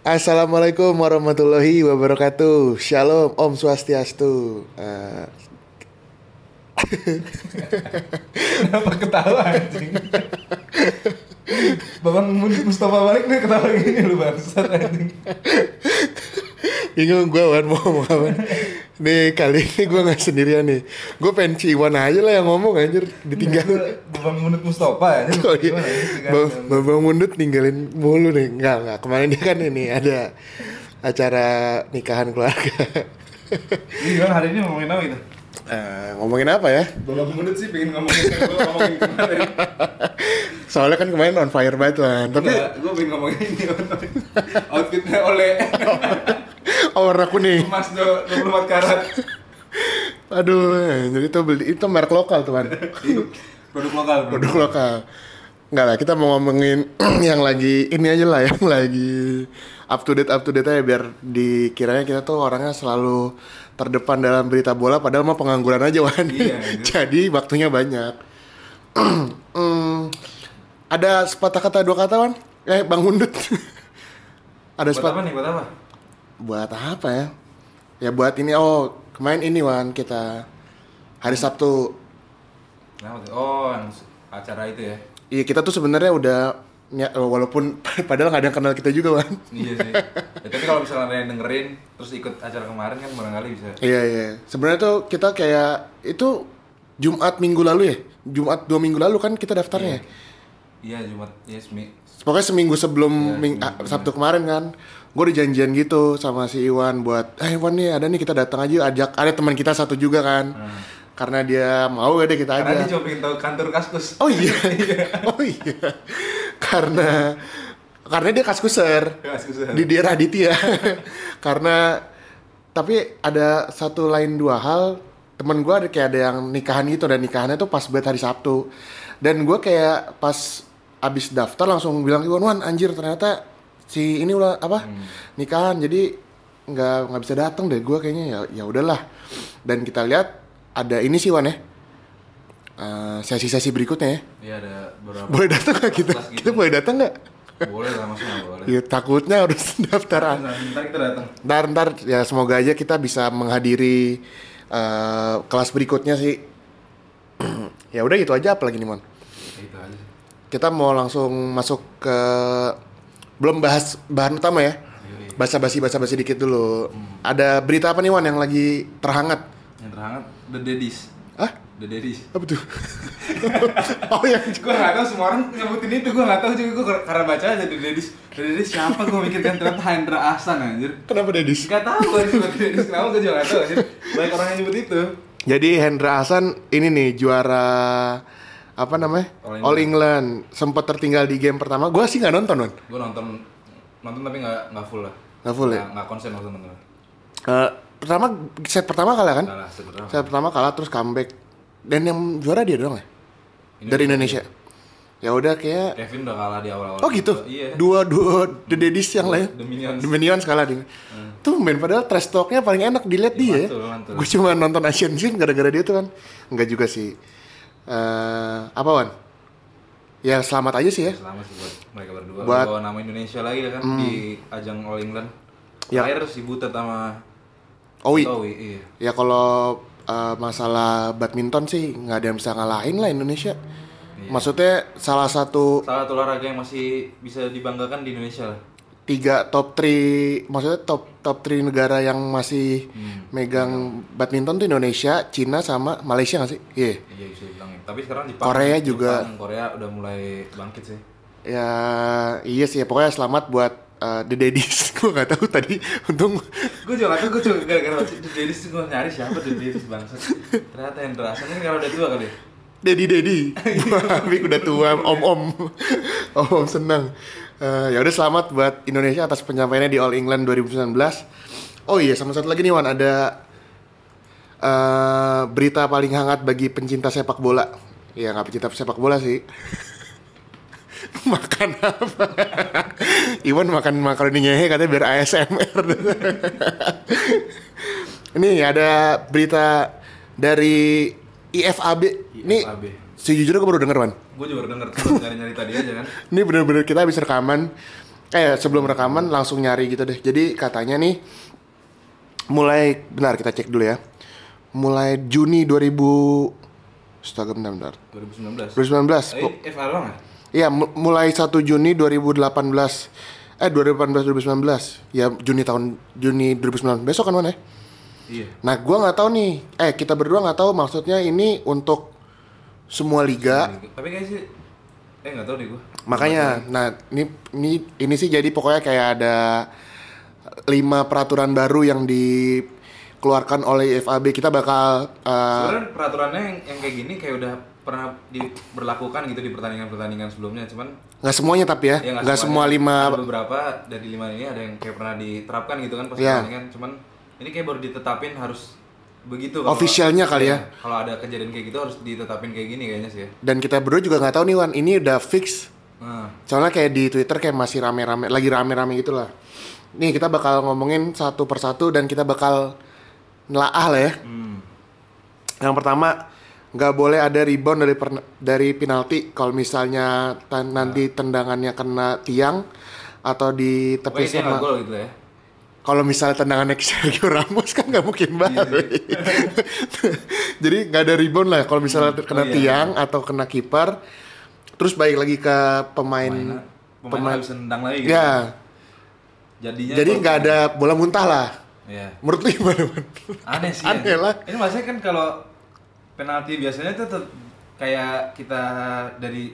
Assalamualaikum warahmatullahi wabarakatuh. Shalom, Om Swastiastu. Kenapa ketawa anjing? Babang Mustafa balik nih ketawa gini lu bangsat anjing. Bingung gue Wan mau ngomong apa. Nih kali ini gue gak sendirian nih. Gue pengen Iwan aja lah yang ngomong anjir. Ditinggal. Babang Mundut Mustafa ya. Oh iya. Babang Mundut ninggalin mulu nih. Enggak. Kemarin dia kan ini ada acara nikahan keluarga. Gimana hari ini ngomongin apa gitu? Ngomongin apa ya? Babang Mundut sih pengen ngomongin kemarin. Soalnya kan kemarin on fire banget Wan. Tapi gue pengen ngomongin ini. Outfitnya oleh warna kuning. Emas 24 karat. Aduh, jadi itu merek lokal tuh Wan. Produk lokal. Produk lokal. Enggak lah, kita mau ngomongin yang lagi ini aja lah, yang lagi up to date aja biar dikiranya kita tuh orangnya selalu terdepan dalam berita bola padahal mah pengangguran aja Wan. Iya, Jadi waktunya banyak. Ada sepatah kata dua kata Wan? Bang Mundut. Ada Buat apa nih? Buat apa? Buat apa ya? Ya buat ini, kemarin ini Wan, kita hari Sabtu. Kenapa tuh? Oh, yang acara itu ya? Iya, kita tuh sebenarnya udah walaupun padahal nggak ada yang kenal kita juga Wan. Iya sih. Ya, tapi kalau misalnya ada yang dengerin terus ikut acara kemarin kan barangkali bisa. Iya. Sebenarnya tuh kita kayak itu Jumat minggu lalu ya. Jumat 2 minggu lalu kan kita daftarnya. Iya, Jumat. Iya, Pokoknya seminggu sebelum seminggu Sabtu kemarin kan. Gue udah janjian gitu sama si Iwan buat, Iwan nih ada nih kita datang aja, ajak ada teman kita satu juga kan. Karena dia mau ya deh kita aja. Karena dia cuma pengen tahu kantor Kaskus. Oh iya. Oh iya. Karena dia kaskuser. Di daerah Aditya. Karena tapi ada satu lain dua hal, temen gue ada yang nikahan gitu, dan nikahannya tuh pas banget hari Sabtu. Dan gue kayak pas abis daftar langsung bilang Iwan, anjir ternyata si ini udah nikahan, jadi nggak bisa datang deh gue kayaknya. Ya udahlah. Dan kita lihat ada ini sih Wan ya, sesi berikutnya ya. Iya, ada beberapa. Boleh datang nggak kita? Gitu. Kita boleh datang nggak? Boleh lah, maksudnya boleh. Ya takutnya harus daftaran. Ntar kita datang. Ntar ya semoga aja kita bisa menghadiri kelas berikutnya sih. Ya udah gitu aja, apalagi nih Mon. Itu aja. Kita mau langsung masuk ke, belum bahas bahan utama ya. Basa-basi dikit dulu. Ada berita apa nih Wan yang lagi terhangat? Yang terhangat The Daddies. Hah? The Daddies. Apa tuh? Oh ya. Gue nggak tahu, semua orang nyebutin itu, gue nggak tahu juga. Gue karena baca aja The Daddies. The Daddies siapa? Gue mikirkan ternyata Hendra Ahsan anjir. Kenapa Dedis? Gak tahu gue disebut The Daddies, kenapa gue juga nggak tahu anjir. Banyak orang yang nyebut itu. Jadi Hendra Ahsan ini nih juara apa namanya? All England. Sempat tertinggal di game pertama. Gue sih nggak nonton Wan. Gue nonton tapi nggak full lah. Nggak full ya? Nggak konsen nonton. Set pertama kalah kan? Kalah sebenarnya. Set pertama kalah terus comeback. Dan yang juara dia doang ya? Dari Indonesia. Ya udah kayak Kevin udah kalah di awal-awal. oh gitu. Iya. Dua The Daddies yang lain. The Minions kalah dia. Tuh main padahal trash talk-nya paling enak dilihat dia ya. Mantul. Gue cuma nonton Asian Games gara-gara dia tuh kan. Enggak juga sih. Apa Wan? Ya selamat aja sih ya. Selamat sih buat mereka berdua. Buat bawa nama Indonesia lagi kan di ajang All England. Ya. Terakhir si Butet sama Owi. Iya. Ya kalau masalah badminton sih nggak ada yang bisa ngalahin lah Indonesia. Iya. Maksudnya salah satu olahraga yang masih bisa dibanggakan di Indonesia lah. 3 top 3, maksudnya top 3 negara yang masih megang badminton tuh Indonesia, Cina sama Malaysia nggak sih? Iya. Iya bisa dibilang. Tapi sekarang Korea udah mulai bangkit sih. Ya iya sih, pokoknya selamat buat The Daddies. Gue nggak tahu tadi, untung. Gue juga nggak tahu, gue cuma gara-gara The Daddies gue nyari siapa The Daddies bangsat. Ternyata yang terasa kan karena udah tua kali. Daddy. Wih udah tua, om senang. Ya udah selamat buat Indonesia atas pencapaiannya di All England 2019. Oh iya, sama satu lagi nih Wan, ada berita paling hangat bagi pencinta sepak bola. Ya nggak pencinta sepak bola sih. Makan apa? Iwan makan makaroni nyehe katanya biar ASMR. Ini ada berita dari IFAB. Nih, sejujurnya gue baru denger Wan. Gue juga baru denger, nyari-nyari tadi aja kan. Ini bener-bener kita habis rekaman. Sebelum rekaman langsung nyari gitu deh. Jadi katanya nih bentar kita cek dulu ya. Mulai Juni 2000 Astaga, bentar. 2019. 2019. FA doang ya? Iya, mulai 1 Juni 2018. 2019. Ya, Juni 2019. Besok kan mana? Iya. Nah, gua nggak tahu nih. Kita berdua nggak tahu maksudnya ini untuk semua liga. Tapi kayaknya sih nggak tahu deh gua. Makanya, nah ini sih jadi pokoknya kayak ada 5 peraturan baru yang dikeluarkan oleh FAB. Kita bakal sebenarnya peraturannya yang kayak gini kayak udah pernah diberlakukan gitu di pertandingan sebelumnya, cuman nggak semuanya tapi ya, nggak semua 5. Ada beberapa dari 5 ini ada yang kayak pernah diterapkan gitu kan pas pertandingan, cuman ini kayak baru ditetapin harus begitu. Officialnya kali ya. Kalau ada kejadian kayak gitu harus ditetapin kayak gini kayaknya sih ya. Dan kita berdua juga nggak tahu nih Wan, ini udah fix. Soalnya kayak di Twitter kayak masih rame-rame gitu lah. Nih kita bakal ngomongin satu persatu dan kita bakal nelaah lah ya. Yang pertama, nggak boleh ada rebound dari penalti kalau misalnya nanti tendangannya kena tiang atau di tepi sama. Gol gitu ya. Kalau misalnya tendangannya ke Sergio Ramos kan nggak mungkin banget. Jadi nggak ada rebound lah kalau misalnya kena tiang atau kena kiper. Terus balik lagi ke pemain harus nendang lagi gitu. Ya. Jadi nggak ada bola muntah lah. Iya. Menurut lu gimana? Aneh sih. Aneh lah. Ini maksudnya kan kalau penalti biasanya tuh kayak kita dari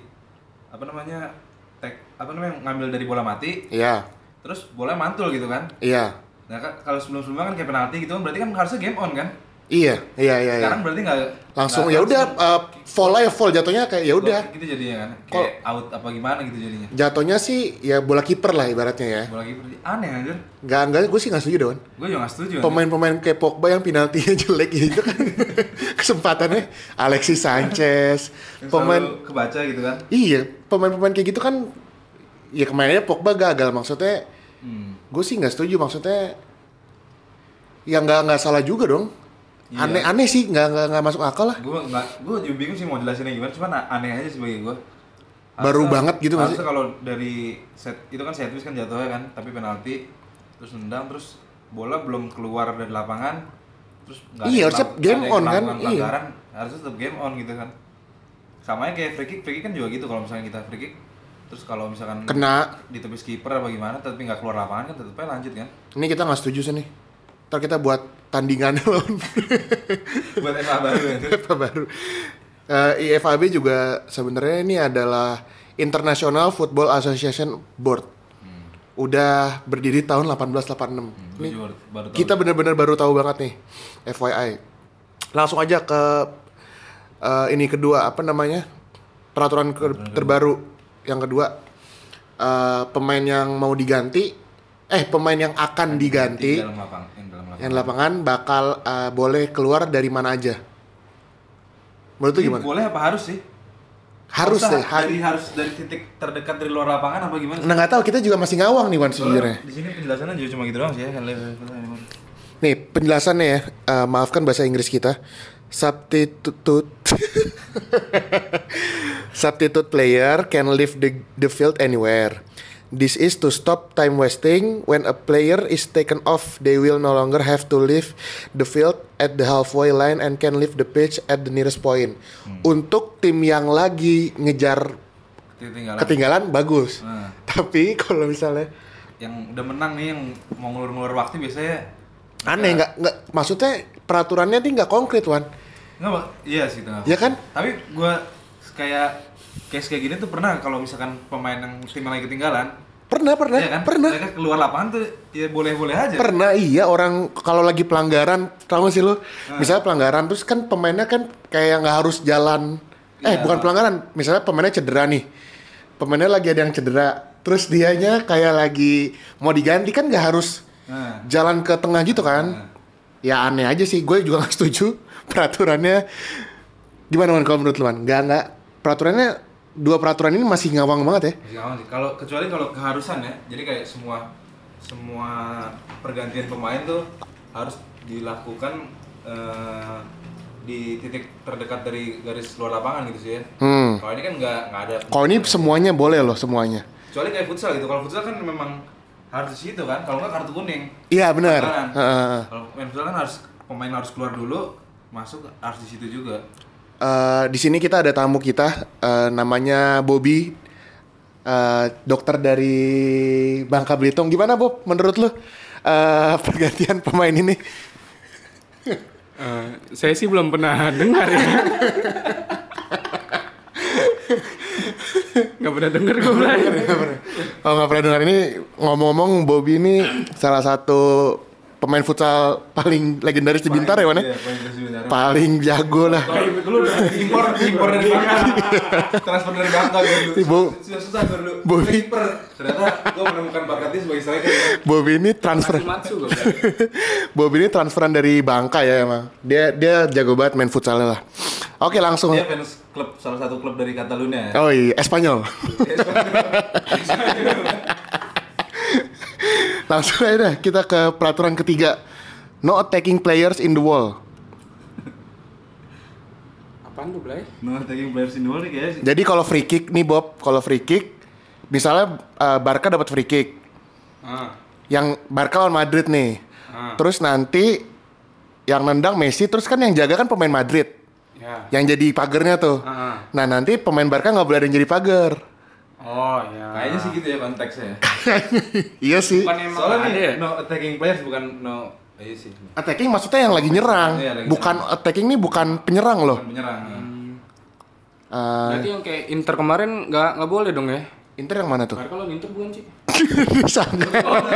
ngambil dari bola mati. Iya. Terus bola mantul gitu kan? Iya. Nah kalau sebelumnya kan kayak penalti gitu, berarti kan harusnya game on kan? Iya. Sekarang berarti nggak langsung ya udah fall jatuhnya kayak ya udah. Gitu jadinya kan? Kayak out apa gimana gitu jadinya? Jatuhnya sih ya bola kiper lah ibaratnya ya. Bola kiper aneh anjir. Enggak, gue sih nggak setuju Don. Gue juga nggak setuju. Pemain-pemain kayak Pogba yang penaltinya jelek gitu kan. Kesempatannya Alexis Sanchez, pemain kebaca gitu kan? Iya, pemain-pemain kayak gitu kan. Ya kemarinnya Pogba gagal maksudnya. Gue sih nggak setuju maksudnya. Ya nggak salah juga dong. Iya. Aneh sih, nggak masuk akal lah. Gue juga bingung sih mau jelasinnya gimana, cuman aneh aja sebagai gue. Baru banget gitu masih. Harusnya kalau dari set itu kan set piece kan jatuhnya kan, tapi penalti terus nendang terus bola belum keluar dari lapangan terus nggak harusnya game on kan. Iya. Harusnya tetap game on gitu kan. Samanya kayak free kick kan juga gitu, kalau misalnya kita free kick terus kalau misalkan kena di tepi skipper apa gimana tapi nggak keluar lapangan kan tetapnya lanjut kan. Ini kita nggak setuju sih nih. Ntar kita buat tandingan loh. Buat FA baru ya. FA baru. IFAB juga sebenarnya ini adalah International Football Association Board. Udah berdiri tahun 1886. Nih, kita benar-benar baru tahu banget nih, FYI. Langsung aja ke ini kedua peraturan terbaru yang kedua. Pemain yang mau diganti, pemain yang akan diganti yang lapangan bakal boleh keluar dari mana aja. Menurut lu gimana? Boleh apa harus sih? Harus deh. Harus dari titik terdekat dari luar lapangan apa gimana? Nah nggak tahu, kita juga masih ngawang nih Wan sejujurnya. Di sini penjelasannya juga cuma gitu doang sih ya. Nih penjelasannya ya, maafkan bahasa Inggris kita. Substitute player can leave the field anywhere. This is to stop time wasting. When a player is taken off, they will no longer have to leave the field at the halfway line and can leave the pitch at the nearest point. Untuk tim yang lagi ngejar ketinggalan bagus. Tapi kalau misalnya yang udah menang nih, yang mau ngulur-ngulur waktu biasanya aneh, nggak maksudnya peraturannya nih nggak konkret Wan. Nggak, iya sih tengah. Ya kan? Tapi gue case kayak gini tuh pernah, kalau misalkan pemain yang tim lagi ketinggalan. Pernah. Iya kan? Pernah. Mereka keluar lapangan tuh ya boleh-boleh aja. Pernah, iya, orang kalau lagi pelanggaran, tahu gak sih lu? Misalnya pelanggaran terus kan pemainnya kan kayak nggak harus jalan. Bukan pelanggaran, misalnya pemainnya cedera nih. Pemainnya lagi ada yang cedera, terus dianya kayak lagi mau diganti kan nggak harus jalan ke tengah gitu kan? Ya aneh aja sih, gue juga nggak setuju peraturannya. Gimana Man kalau menurut lu Man? Nggak peraturannya. Dua peraturan ini masih ngawang banget ya? Masih ngawang sih. Kecuali kalau keharusan ya. Jadi kayak semua pergantian pemain tuh harus dilakukan di titik terdekat dari garis luar lapangan gitu sih ya. Kalau ini kan nggak ada. Kalau ini semuanya boleh loh, semuanya. Kecuali kayak futsal gitu. Kalau futsal kan memang harus di situ kan. Kalau nggak kartu kuning. Iya benar. Kalau main futsal kan harus pemain harus keluar dulu, masuk harus di situ juga. Di sini kita ada tamu kita, namanya Bobby, dokter dari Bangka Belitung. Gimana Bob? Menurut lu pergantian pemain ini? Saya sih belum pernah dengar ya. Nggak pernah dengar gue Blay. Oh nggak pernah dengar. Ini ngomong-ngomong, Bobby ini salah satu pemain futsal paling legendaris di Bintar ya, Wan? Iya, paling jago lah. Dulu udah impor dari Bangka. Transfer dari Bangka gitu. Susah dulu. Bobby. Ternyata gue menemukan bakatnya sebagai striker. Bobby ini transfer. Bobby ini transferan dari Bangka ya emang. Dia jago banget main futsalnya lah. Oke, langsung. Dia fans klub, salah satu klub dari Catalunya. Oh iya, Espanyol. Langsung aja deh, kita ke peraturan ketiga. No attacking players in the wall. Apaan tuh Blay? No attacking players in the wall nih kayaknya. Jadi kalau free kick nih Bob, kalau free kick misalnya Barca dapat free kick. Yang Barca lawan Madrid nih. Terus nanti yang nendang Messi, terus kan yang jaga kan pemain Madrid. Ya. Yang jadi pagernya tuh. Nah nanti pemain Barca nggak boleh ada yang jadi pagar. Oh ya. Kayaknya sih gitu ya konteksnya. Iya sih. Bukan emang Soalnya ada nih, ya? no attacking players bukan no. Iya sih. Attacking maksudnya yang lagi nyerang. Iya, lagi Bukan attacking nih bukan penyerang loh. Bukan penyerang. Berarti yang kayak Inter kemarin nggak boleh dong ya? Inter yang mana tuh? Barca lawan Inter bukan sih? Sana.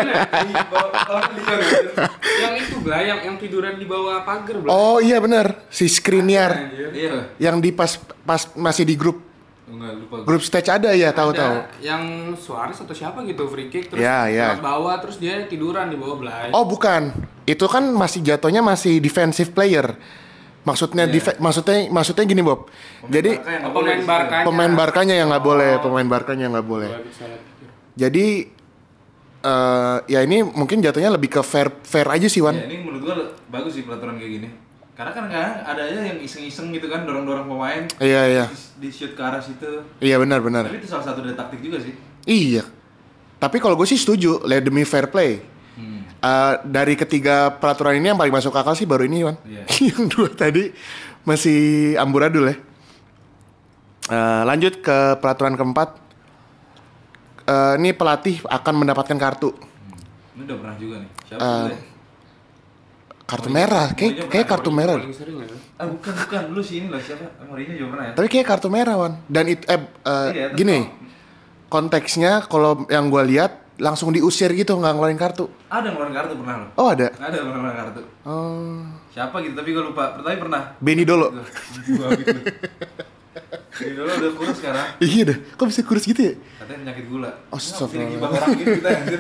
Yang itu Blay, yang tiduran di bawah pagar Blay. Oh iya benar, si Skriniar. Iya. Yang di pas masih di grup Enggak lupa. grup stage ada ya, tahu-tahu. Yang Suarez atau siapa gitu free kick terus Ya, ya. lewat bawah terus dia tiduran di bawah Blay. Oh bukan, itu kan masih jatuhnya masih defensive player. Maksudnya maksudnya gini Bob. Jadi Pemain Barkanya yang nggak boleh, pemain Barkanya nggak boleh. Jadi ya ini mungkin jatuhnya lebih ke fair aja sih Wan. Ya, ini menurut gua bagus sih peraturan kayak gini. Karena kan ada aja yang iseng-iseng gitu kan dorong-dorong pemain. Iya. Di shoot ke arah situ. Iya benar. Tapi itu salah satu dari taktik juga sih. Iya. Tapi kalau gue sih setuju, demi fair play. Dari ketiga peraturan ini yang paling masuk akal sih baru ini, Wan. Iya. Yang dua tadi masih amburadul ya. Lanjut ke peraturan keempat. Ini pelatih akan mendapatkan kartu. Ini udah pernah juga nih. Siapa sih? Kartu merah, kayak kartu merah. Paling sering ya. Bukan. Lu sih ini lah siapa? Mourinho juga pernah ya? Tapi kayak kartu merah, Wan. Dan itu Iya, gini. Konteksnya kalau yang gue lihat langsung diusir gitu, nggak ngeluarin kartu. Ada ngeluarin kartu pernah lo? Oh ada. Ada ngeluarin kartu. Oh. Siapa gitu tapi gue lupa. Tapi pernah. Benny Dolo. Gua gitu. Benny Dolo udah kurus sekarang. Iya dah. Kok bisa kurus gitu ya? Katanya penyakit gula. Astagfirullah. Gibah orang gitu kita anjir.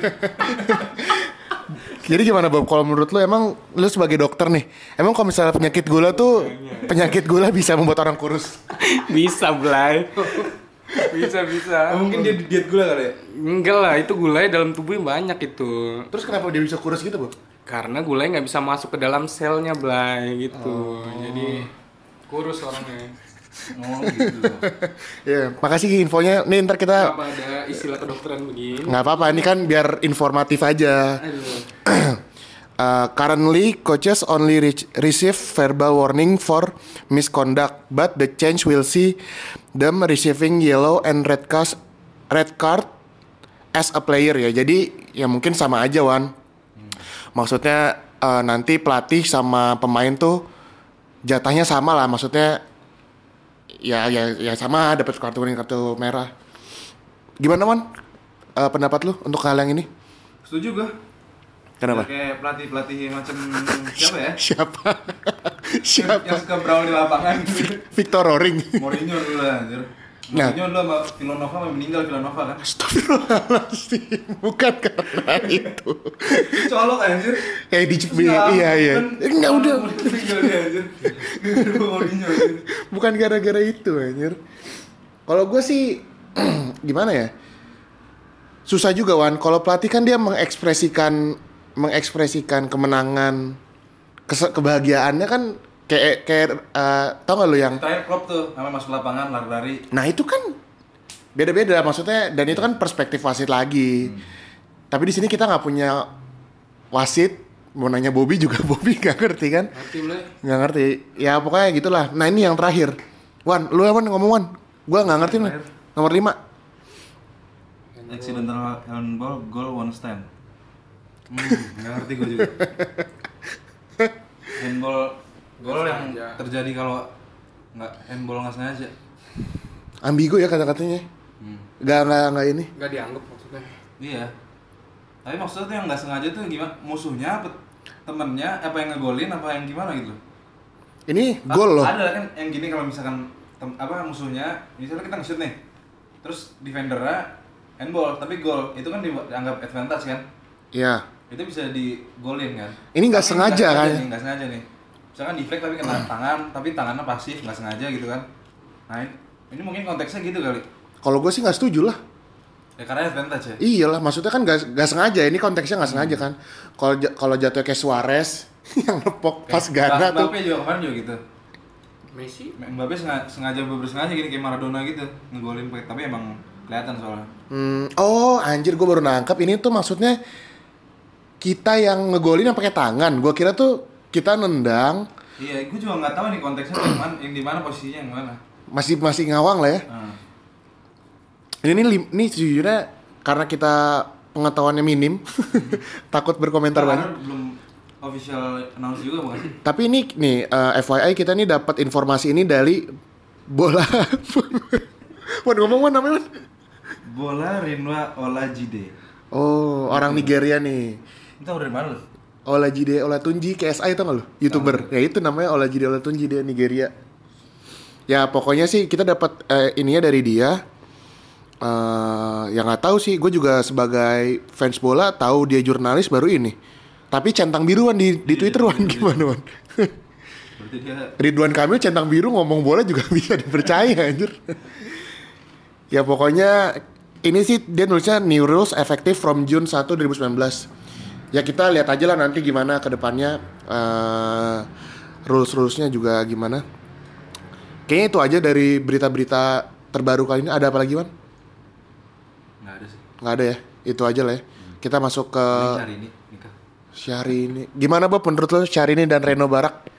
Jadi gimana Bob? Kalau menurut lu emang lu sebagai dokter nih, emang kalau misalnya penyakit gula bisa membuat orang kurus? Bisa Blay. Bisa. Mungkin dia diet gula kali ya? Enggak lah, itu gulai dalam tubuhnya banyak itu. Terus kenapa dia bisa kurus gitu, Bob? Karena gulai nggak bisa masuk ke dalam selnya Blay gitu. Jadi kurus orangnya. Oh gitu. Ya, makasih infonya. Nih ntar kita Kenapa ada istilah kedokteran begini? nggak apa-apa, ini kan biar informatif aja. Currently, coaches only receive verbal warning for misconduct, but the change will see them receiving yellow and red card as a player ya. Jadi ya mungkin sama aja Wan. Maksudnya nanti pelatih sama pemain tuh jatahnya sama lah. Maksudnya ya sama, dapat kartu kuning kartu merah. Gimana Wan? Pendapat lu untuk hal yang ini? Setuju gue. Kenapa? Kayak pelatih macam siapa ya? Siapa? Yang suka brawl di lapangan. Victor Roring. Mourinho dulu lah anjir. Nah. Mourinho dulu sama Villanova meninggal Villanova kan. Astagfirullahaladzim. Bukan karena itu. Colok anjir. Iya. Enggak udah. Meninggal dia anjir. Mourinho anjir. Bukan gara-gara itu anjir. Kalau gue sih gimana ya? Susah juga Wan. Kalau pelatih kan dia mengekspresikan kemenangan, kebahagiaannya kan kayak tau gak lo yang Terakhir Klopp tuh sama masuk lapangan lari-lari. nah itu kan Beda-beda maksudnya, dan itu kan perspektif wasit lagi. Tapi di sini kita nggak punya wasit. Mau nanya Bobby juga Bobby nggak ngerti kan? Nggak ngerti. Ya pokoknya gitulah. Nah ini yang terakhir. Wan, lu Wan ngomong Wan. Gua nggak ngerti nih. Nomor 5. Accidental handball goal one stand. Nggak ngerti gue juga. Handball gol yang terjadi kalau handball nggak sengaja. Ambigu ya kata-katanya. Nggak ini. Nggak dianggap maksudnya. Iya. Tapi maksudnya tuh yang nggak sengaja tuh gimana? Musuhnya apa temennya? Apa yang ngegolin? Apa yang gimana gitu? Ini gol loh. Ada kan yang gini kalau misalkan musuhnya, misalnya kita nge-shoot nih, terus defendernya handball tapi gol, itu kan dianggap advantage kan? Iya. Itu bisa digolin kan? Ini nggak sengaja kan? Nggak sengaja nih. Misalkan deflect tapi kena tangan, tapi tangannya pasif, nggak sengaja gitu kan? Nah ini mungkin konteksnya gitu kali. Kalau gue sih nggak setuju lah. Ya karena advantage ya? Iyalah, maksudnya kan nggak sengaja. Ini konteksnya nggak sengaja kan. Kalau jatuh kayak Suarez yang nepok pas Ghana tuh. Mbappe juga kemarin juga gitu. Messi? Mbappe sengaja bersengaja gini kayak Maradona gitu ngegolin, tapi emang kelihatan soalnya. Oh anjir, gue baru nangkap. Ini tuh maksudnya kita yang ngegolin yang pakai tangan. Gue kira tuh kita nendang. Iya, gue juga nggak tahu nih konteksnya yang di mana posisinya yang mana. Masih ngawang lah ya. Ini sejujurnya karena kita pengetahuannya minim, takut berkomentar banyak. Belum official announce juga bukan sih? Tapi ini nih FYI kita nih dapat informasi ini dari bola. Wan ngomong Wan namanya Wan. Bola Rinwa Olajide. Oh, orang Nigeria nih. Itu dari mana lu? Olajide Olatunji KSI itu nggak lo? YouTuber. Ya itu namanya Olajide Olatunji, dia Nigeria. Ya pokoknya sih kita dapat ininya dari dia. Ya nggak tahu sih, gue juga sebagai fans bola tahu dia jurnalis baru ini. Tapi centang biru Wan di Twitter Wan, gimana Wan? Berarti dia Ridwan Kamil centang biru ngomong bola juga bisa dipercaya anjir. Ya pokoknya ini sih dia nulisnya new rules effective from June 1, 2019. Ya kita lihat aja lah nanti gimana ke depannya, rules-rulesnya juga gimana. Kayaknya itu aja dari berita-berita terbaru kali ini. Ada apa lagi Wan? nggak ada sih. Nggak ada ya, itu aja lah ya. Kita masuk ke Syahrini nikah. Syahrini. Gimana Bob menurut lo Syahrini dan Reno Barak?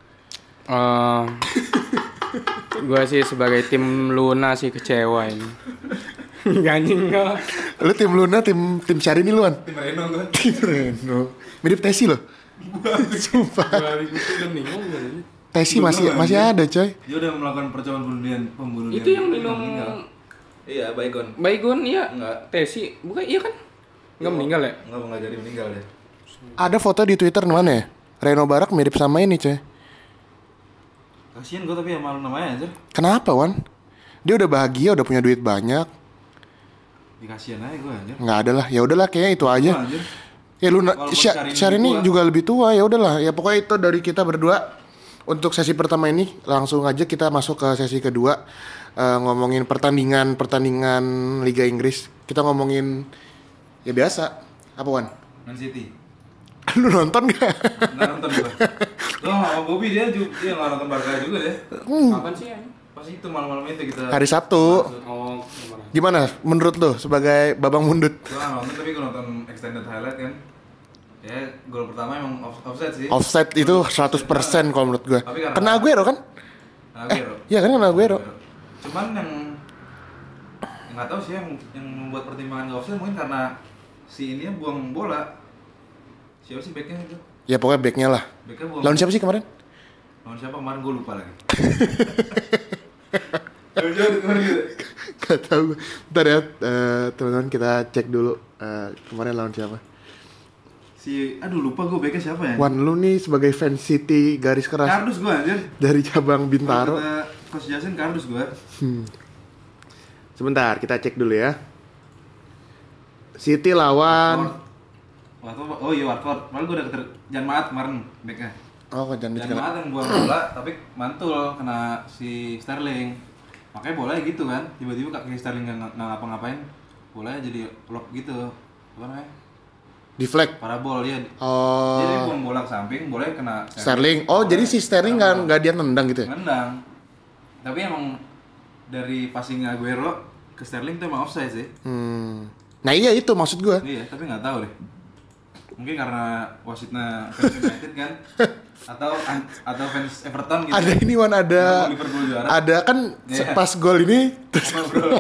Gue sih sebagai tim Luna sih kecewa ini. Ganjing enggak. Lu tim Luna, tim Syahrini lu Wan? Tim Reno gue. Tim Reno. Mirip Tesi loh. Sumpah. 2000 udah minum kan. Tesi masih ada coy. Dia udah melakukan percobaan pembunuhan. Itu yang minum Iya, Baygon. Baygon iya. Enggak. Tesi, bukan iya kan? Enggak meninggal ya? Enggak jadi meninggal deh. Ada foto di Twitter mana ya? Reno Barak mirip sama ini coy. Kasian gue tapi ya malu namanya anjir. Kenapa Wan? Dia udah bahagia, udah punya duit banyak. Dikasihan aja gue anjir. Nggak ada lah, ya udahlah kayaknya itu aja. Anjir. Ya Luna, Walaupun Syahrini lebih tua. juga lebih tua, ya udahlah. Ya pokoknya itu dari kita berdua. Untuk sesi pertama ini langsung aja kita masuk ke sesi kedua. Ngomongin pertandingan Liga Inggris. Kita ngomongin ya biasa. Apa Wan? Man City. Lu nonton gak? Nggak nonton gue. Lo sama Bobby dia nggak nonton Barca juga deh. Kapan sih ya? Pas itu malam-malam itu kita. Hari Sabtu. Oh, Gimana menurut lu sebagai babang mundut? Gue nggak nonton tapi gue nonton extended highlight kan. Ya gol pertama emang offside sih. Offside itu 100% kalau menurut gue. Tapi karena- Kena Aguero kan? Aguero. Iya kan kena Aguero. Cuman yang nggak tahu sih yang membuat pertimbangan nggak offside mungkin karena si ini buang bola. Siapa sih backnya itu? Ya pokoknya backnya lah. Backnya buang. Lawan siapa sih kemarin? Lawan siapa kemarin gue lupa lagi. Jauh-jauh kemarin gitu. Gak tau gue. Bentar ya teman-teman kita cek dulu kemarin lawan siapa. Aduh lupa gue backnya siapa ya? Wan lu nih sebagai fans City garis keras Kardus gue anjir. dari cabang Bintaro. Kata Coach Jason kardus gue. Sebentar kita cek dulu ya. City lawan. Oh iya Watford. Malah gue udah Jan Maat kemarin backnya. Oh jangan Jan Maat yang buang bola tapi mantul kena si Sterling. Makanya bolanya gitu kan. Tiba-tiba kaki Sterling nggak ngapa-ngapain. Bolanya jadi lock gitu. Apa namanya? Deflect. Parabol ya. Oh. Jadi buang bola ke samping, bolanya kena Sterling. Oh jadi si Sterling nggak dia nendang gitu ya? nendang. Tapi emang dari passing Aguero ke Sterling tuh emang offside sih. Nah iya itu maksud gue. Iya, tapi nggak tahu deh. Mungkin karena wasitnya fans United kan, atau fans Everton gitu. Ada ini Wan, ada kan pas gol ini terus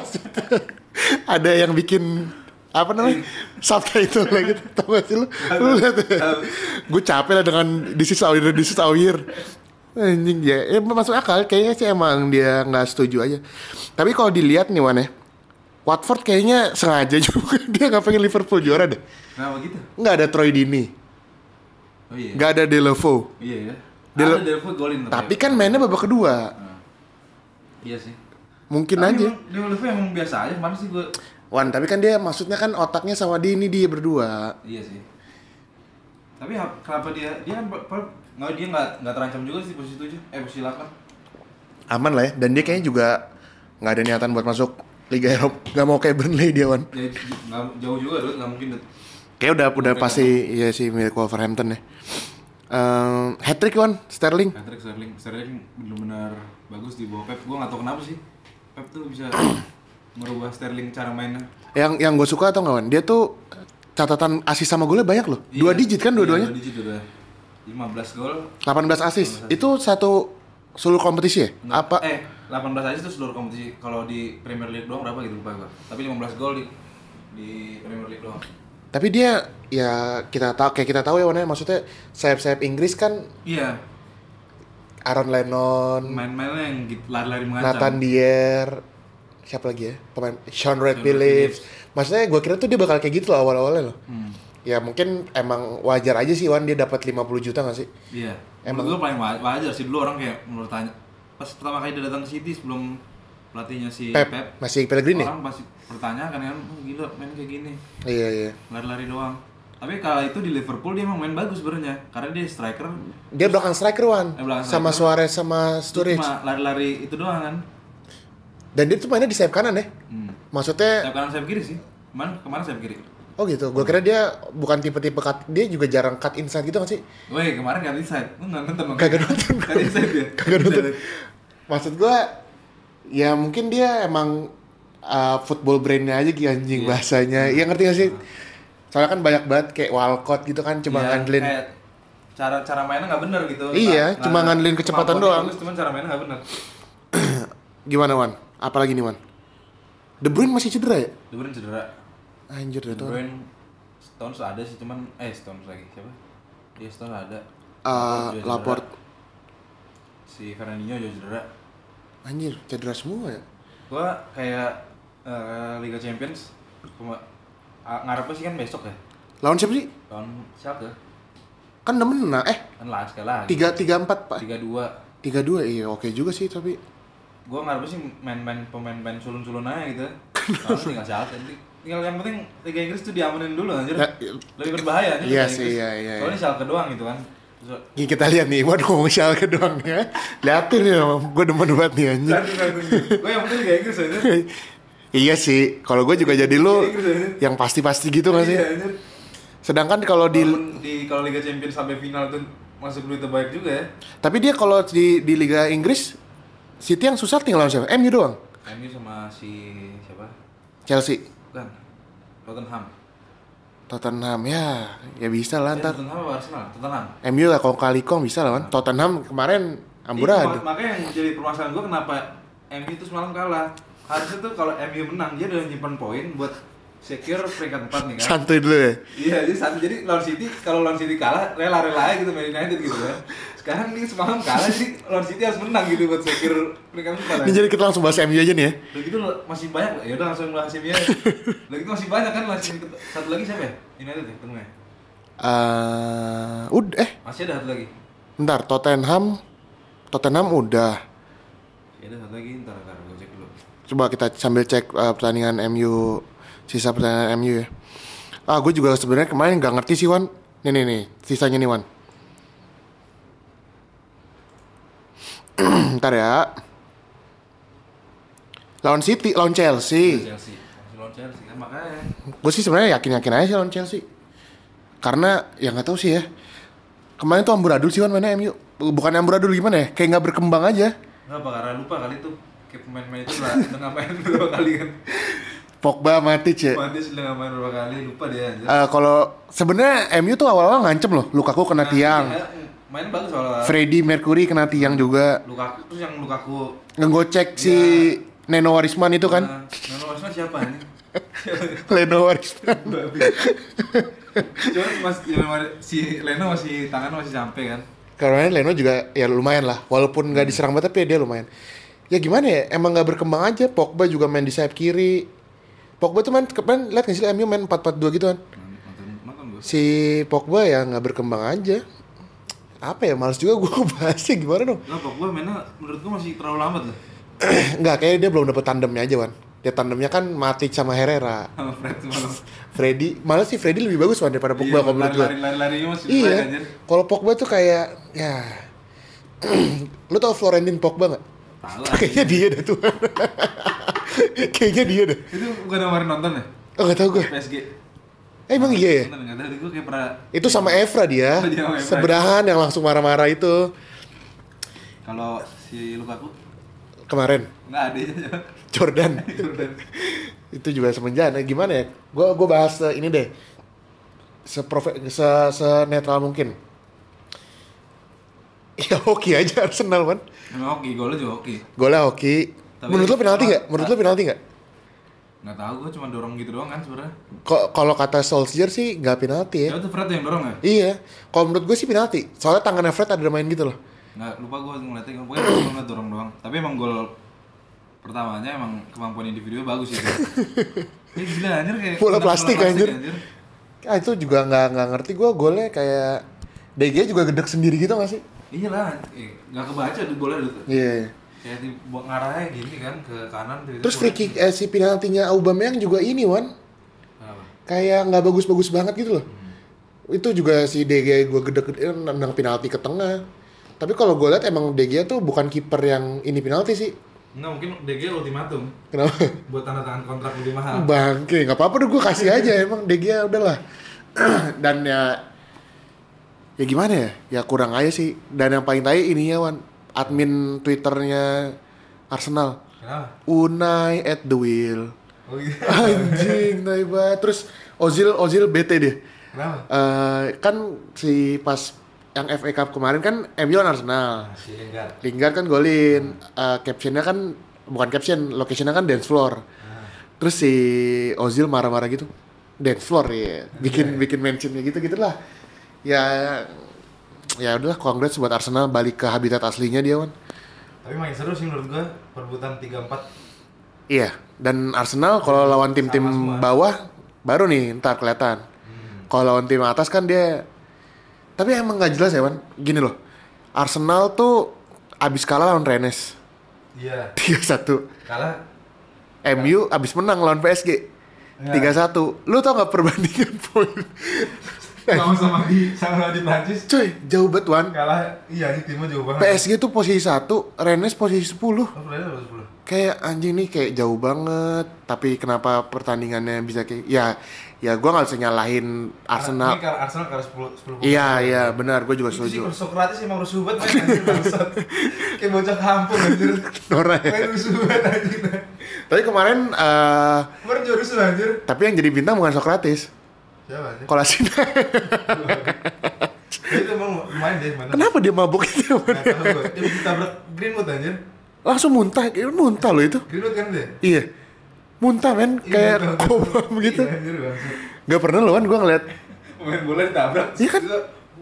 ada yang bikin apa namanya subtitle lagi, tau gak sih lu lihat ya? Gue capek lah dengan this is our year. Anjing ya, masuk akal kayaknya sih, emang dia nggak setuju aja. Tapi kalau dilihat nih Wan ya, Watford kayaknya sengaja juga dia nggak pengen Liverpool juara deh. Kenapa gitu? Nggak ada Troy Deeney. Oh iya. Nggak ada Deulofeu. Iya ya. Ada Deulofeu golin tapi kan mainnya babak kedua. Iya sih. Mungkin tapi aja. Deulofeu emang biasa aja, mana sih gue. Wan, tapi kan dia maksudnya kan otaknya sama Deeney dia berdua. Iya sih. Tapi kenapa dia nggak terancam juga sih posisi 7, posisi 8. Aman lah ya, dan dia kayaknya juga nggak ada niatan buat masuk Liga Eropa, nggak mau kayak Burnley dia Wan. Ya, jauh juga Dut, nggak mungkin Dut. Kayak udah pasti iya sih milik Wolverhampton ya. Hat-trick Wan, Sterling. Sterling benar-benar bagus di bawah Pep. Gue nggak tahu kenapa sih Pep tuh bisa merubah Sterling cara mainnya. Yang gue suka atau nggak Wan, dia tuh catatan assist sama golnya banyak loh. 2 digit kan dua-duanya. 2 digit udah. 15 gol, 18 assist. Itu satu seluruh kompetisi ya? Apa? 18 assist itu seluruh kompetisi. Kalau di Premier League doang berapa gitu lupa gue. Tapi 15 gol di Premier League doang. Tapi dia ya kita tahu ya Wan, maksudnya sayap-sayap Inggris kan. Iya. Aaron Lennon, main-mainnya yang lari-lari mengancam. Nathan Dier, siapa lagi ya? Pemain Sean Phillips. Maksudnya gue kira tuh dia bakal kayak gitu loh awal-awalnya loh. Ya mungkin emang wajar aja sih Wan dia dapat 50 juta nggak sih? Iya. Emang menurut gue paling wajar sih, dulu orang kayak menurut tanya pas pertama kali dia datang ke City sebelum pelatihnya si Pep masih Pellegrini. Orang pasti bertanya kan gila main kayak gini. Iya. Lari-lari doang. Tapi kala itu di Liverpool dia emang main bagus sebenarnya karena dia striker. Dia belakang striker Wan. Sama Suarez sama Sturridge. Cuma lari-lari itu doang kan. Dan dia tuh mainnya di sayap kanan ya. Maksudnya sayap kanan sayap kiri sih. Kemana sayap kiri? Oh gitu, gue kira dia bukan tipe-tipe cut, dia juga jarang cut inside gitu gak sih? Weh, kemarin cut inside, lu gak nonton? Kagak nonton. Cut inside ya? Kagak nonton. Maksud gue, ya mungkin dia emang football brain-nya aja anjing bahasanya. Ya ngerti gak sih? Soalnya kan banyak banget kayak Walcott gitu kan, cuma ngandelin. Kayak cara mainnya gak bener gitu. Iya, cuma ngandelin kecepatan doang. Bagus, cuman cara mainnya gak bener. Gimana Wan? Apalagi nih Wan? De Bruyne masih cedera ya? De Bruyne cedera. Anjir De Bruyne Stones ada sih, cuman Stones lagi siapa? Iya Stones ada. Laporte. Si Fernandinho juga cedera. Anjir, cedera semua ya? Gua kayak Liga Champions ngarepnya sih kan besok ya. Lawan siapa sih? Lawan Schalke. Kan udah menang, kan lah sekali lagi. 3-4 Pak. 3-2. 3-2 iya oke juga sih tapi. Gua ngarepnya sih pemain sulun-sulun aja gitu. Kalau tinggal Schalke. Tinggal yang penting Liga Inggris tuh diamanin dulu anjir. Lebih berbahaya anjir. Iya sih, iya. Soalnya Schalke doang gitu kan. Ini kita lihat nih, waduh ngomong Schalke doang ya. Liatin nih, gue demen banget nih anjir. Gue yang penting Liga Inggris aja. Iya sih, kalau gue juga jadi lu yang pasti-pasti gitu gak sih? Iya, sedangkan kalau kalau Liga Champions sampai final tuh masuk duit terbaik juga ya. Tapi dia kalau di Liga Inggris City yang susah tinggal lawan siapa? MU doang. MU sama si siapa? Chelsea. Bukan. Tottenham ya bisa lah ntar. Tottenham apa Arsenal? Tottenham. MU lah kalau kali bisa lawan. Tottenham kemarin amburadul. Makanya yang jadi permasalahan gue kenapa MU itu semalam kalah. Harusnya tuh kalau MU menang dia udah nyimpan poin buat secure peringkat 4 nih kan. Santuy dulu ya. Iya, jadi santuy. Jadi lawan City, kalau lawan City kalah rela-rela aja gitu main United gitu kan. Sekarang nih semalam kalah jadi lawan City harus menang gitu buat secure peringkat 4. Ini jadi kita langsung bahas MU aja nih ya. Udah gitu masih banyak. Ya udah langsung bahas MU aja. Udah gitu masih banyak kan satu lagi siapa ya? United ya tengahnya. Masih ada satu lagi. Bentar, Tottenham udah. Ya ada satu lagi ntar gue cek dulu. Coba kita sambil cek pertandingan MU, sisa pertandingan MU ya. Gue juga sebenarnya kemarin nggak ngerti sih Wan. Nih, sisanya nih Wan. Ntar ya. Lawan City, lawan Chelsea. Lawan Chelsea kan makanya. Gue sih sebenarnya yakin aja sih lawan Chelsea. Karena ya nggak tahu sih ya. Kemarin tuh amburadul sih Wan mainnya MU. Bukan amburadul gimana ya? Kayak nggak berkembang aja. Nggak, karena lupa kali tuh. kayak pemain-pemain itu lah udah ngapain berapa kali kan. Pogba, Matic ya. Matic udah ngapain berapa kali, lupa dia anjir. Kalau sebenarnya MU tuh awal-awal ngancem loh, Lukaku kena tiang. Main bagus soalnya. Freddie Mercury kena tiang juga. Lukaku terus yang Lukaku Ngegocek si Neno Warisman itu kan. Neno Warisman siapa nih? Leno Warisman. Cuma si Leno masih tangan masih sampai kan. Karena Leno juga ya lumayan lah, walaupun nggak diserang banget tapi dia lumayan. Ya gimana ya, emang nggak berkembang aja. Pogba juga main di sayap kiri. Pogba tuh main kemarin lihat nggak sih MU main 4-4-2 gitu kan? Si Pogba ya nggak berkembang aja. Apa ya, males juga gue bahasnya gimana dong? Nah, Pogba mainnya menurut gue masih terlalu lambat lah. Nggak, kayaknya dia belum dapet tandemnya aja Wan. Dia tandemnya kan Matic sama Herrera. Sama Fred semalam. Freddy, malah sih Freddy lebih bagus Wan daripada Pogba kalau menurut gue. Lari-larinya masih Iya, anjir. kalau Pogba tuh kayak ya, lu tau Florentin Pogba nggak? Tahu lah. Kayaknya dia dah tuh. Kayaknya dia dah. Itu bukan kemarin nonton ya? Oh nggak tahu gue. PSG. Emang iya ya? Nggak tahu, gue kayak pernah. Itu sama Evra dia. Oh, dia sama Evra. Seberahan yang langsung marah-marah itu. Kalau si Lukaku Kemarin. nggak ada ya. Jordan. Itu juga semenjana. Gimana ya? Gue bahas ini deh. Senetral mungkin. Ya hoki aja Arsenal kan. Emang oke, golnya juga oke. Golnya hoki. Tapi Menurut lo penalti nggak? Menurut lo penalti nggak? Nggak tahu, gue cuma dorong gitu doang kan sebenarnya. Kalau kata Solskjaer sih nggak penalti ya. Ya itu Fred yang dorong ya? Iya. Kalau menurut gue sih penalti. Soalnya tangannya Fred ada main gitu loh. Nggak, lupa gue ngeliatnya, pokoknya gue ngeliat dorong doang. Tapi emang gol pertamanya emang kemampuan individu bagus itu. Ini gila anjir kayak Bola plastik anjir. anjir. Itu juga nggak ngerti gue golnya kayak DG juga gedek sendiri gitu nggak sih? Iya lah, nggak kebaca tuh boleh tuh. Iya. Kayak buat ngarahnya gini kan ke kanan. Terus free kick si penaltinya Aubameyang juga ini Wan. Kenapa? Kayak nggak bagus-bagus banget gitu loh. Itu juga si DG gue gede-gede nendang penalti ke tengah. Tapi kalau gue lihat emang DG tuh bukan kiper yang ini penalti sih. Enggak, mungkin DG ultimatum. Kenapa? Buat tanda tangan kontrak lebih mahal. Bangke, nggak apa-apa deh gue kasih aja emang DG udahlah. Dan ya gimana ya? Ya kurang aja sih. Dan yang paling tai ininya Wan, admin Twitternya Arsenal. Kenapa? Unai at the wheel. Oh iya. Anjing, tai banget. Terus Ozil bete deh. Kenapa? Kan si pas yang FA Cup kemarin kan MU lawan Arsenal. Si Lingard. Lingard kan golin. Captionnya kan bukan caption, locationnya kan dance floor. Terus si Ozil marah-marah gitu. Dance floor ya. Bikin mentionnya gitu-gitulah. Ya udahlah, congrats buat Arsenal balik ke habitat aslinya dia, Wan. Tapi makin seru sih menurut gua perebutan 3-4. Iya, dan Arsenal kalau lawan tim-tim bawah baru nih ntar kelihatan. Kalau lawan tim atas kan dia, tapi emang nggak jelas ya, Wan. Gini loh, Arsenal tuh abis kalah lawan Rennes. Iya. 3-1. Kalah. MU abis menang lawan PSG. 3-1. Lu tau nggak perbandingan poin? Sama di Prancis. Coy, jauh banget, Wan. Kalah, iya sih timnya jauh banget. PSG tuh posisi 1, Rennes posisi 10. Oh, berarti 10. Kayak anjing nih, kayak jauh banget. Tapi kenapa pertandingannya bisa kayak ya gue nggak bisa nyalahin Arsenal. Ini kalau Arsenal kalah 10. Iya, benar, gue juga Itu sih setuju. Sokrates emang rusuh banget main anjir bangsat. Kayak bocah kampung anjir. Nora ya. Main rusuh banget anjir. Tapi kemarin Kemarin juga rusuh anjir. tapi yang jadi bintang bukan Sokrates, Siapa anjir? Kolasinac. Itu emang main deh mana. Kenapa dia mabuk itu? Nggak tahu gue. Dia ditabrak Greenwood anjir. Langsung muntah, kayak muntah loh itu. Greenwood kan dia? Iya, muntah men, kayak Iya, kobam gitu. Iya anjir bangsat. Gak pernah loh kan gue ngeliat. Main bola ditabrak. Iya kan?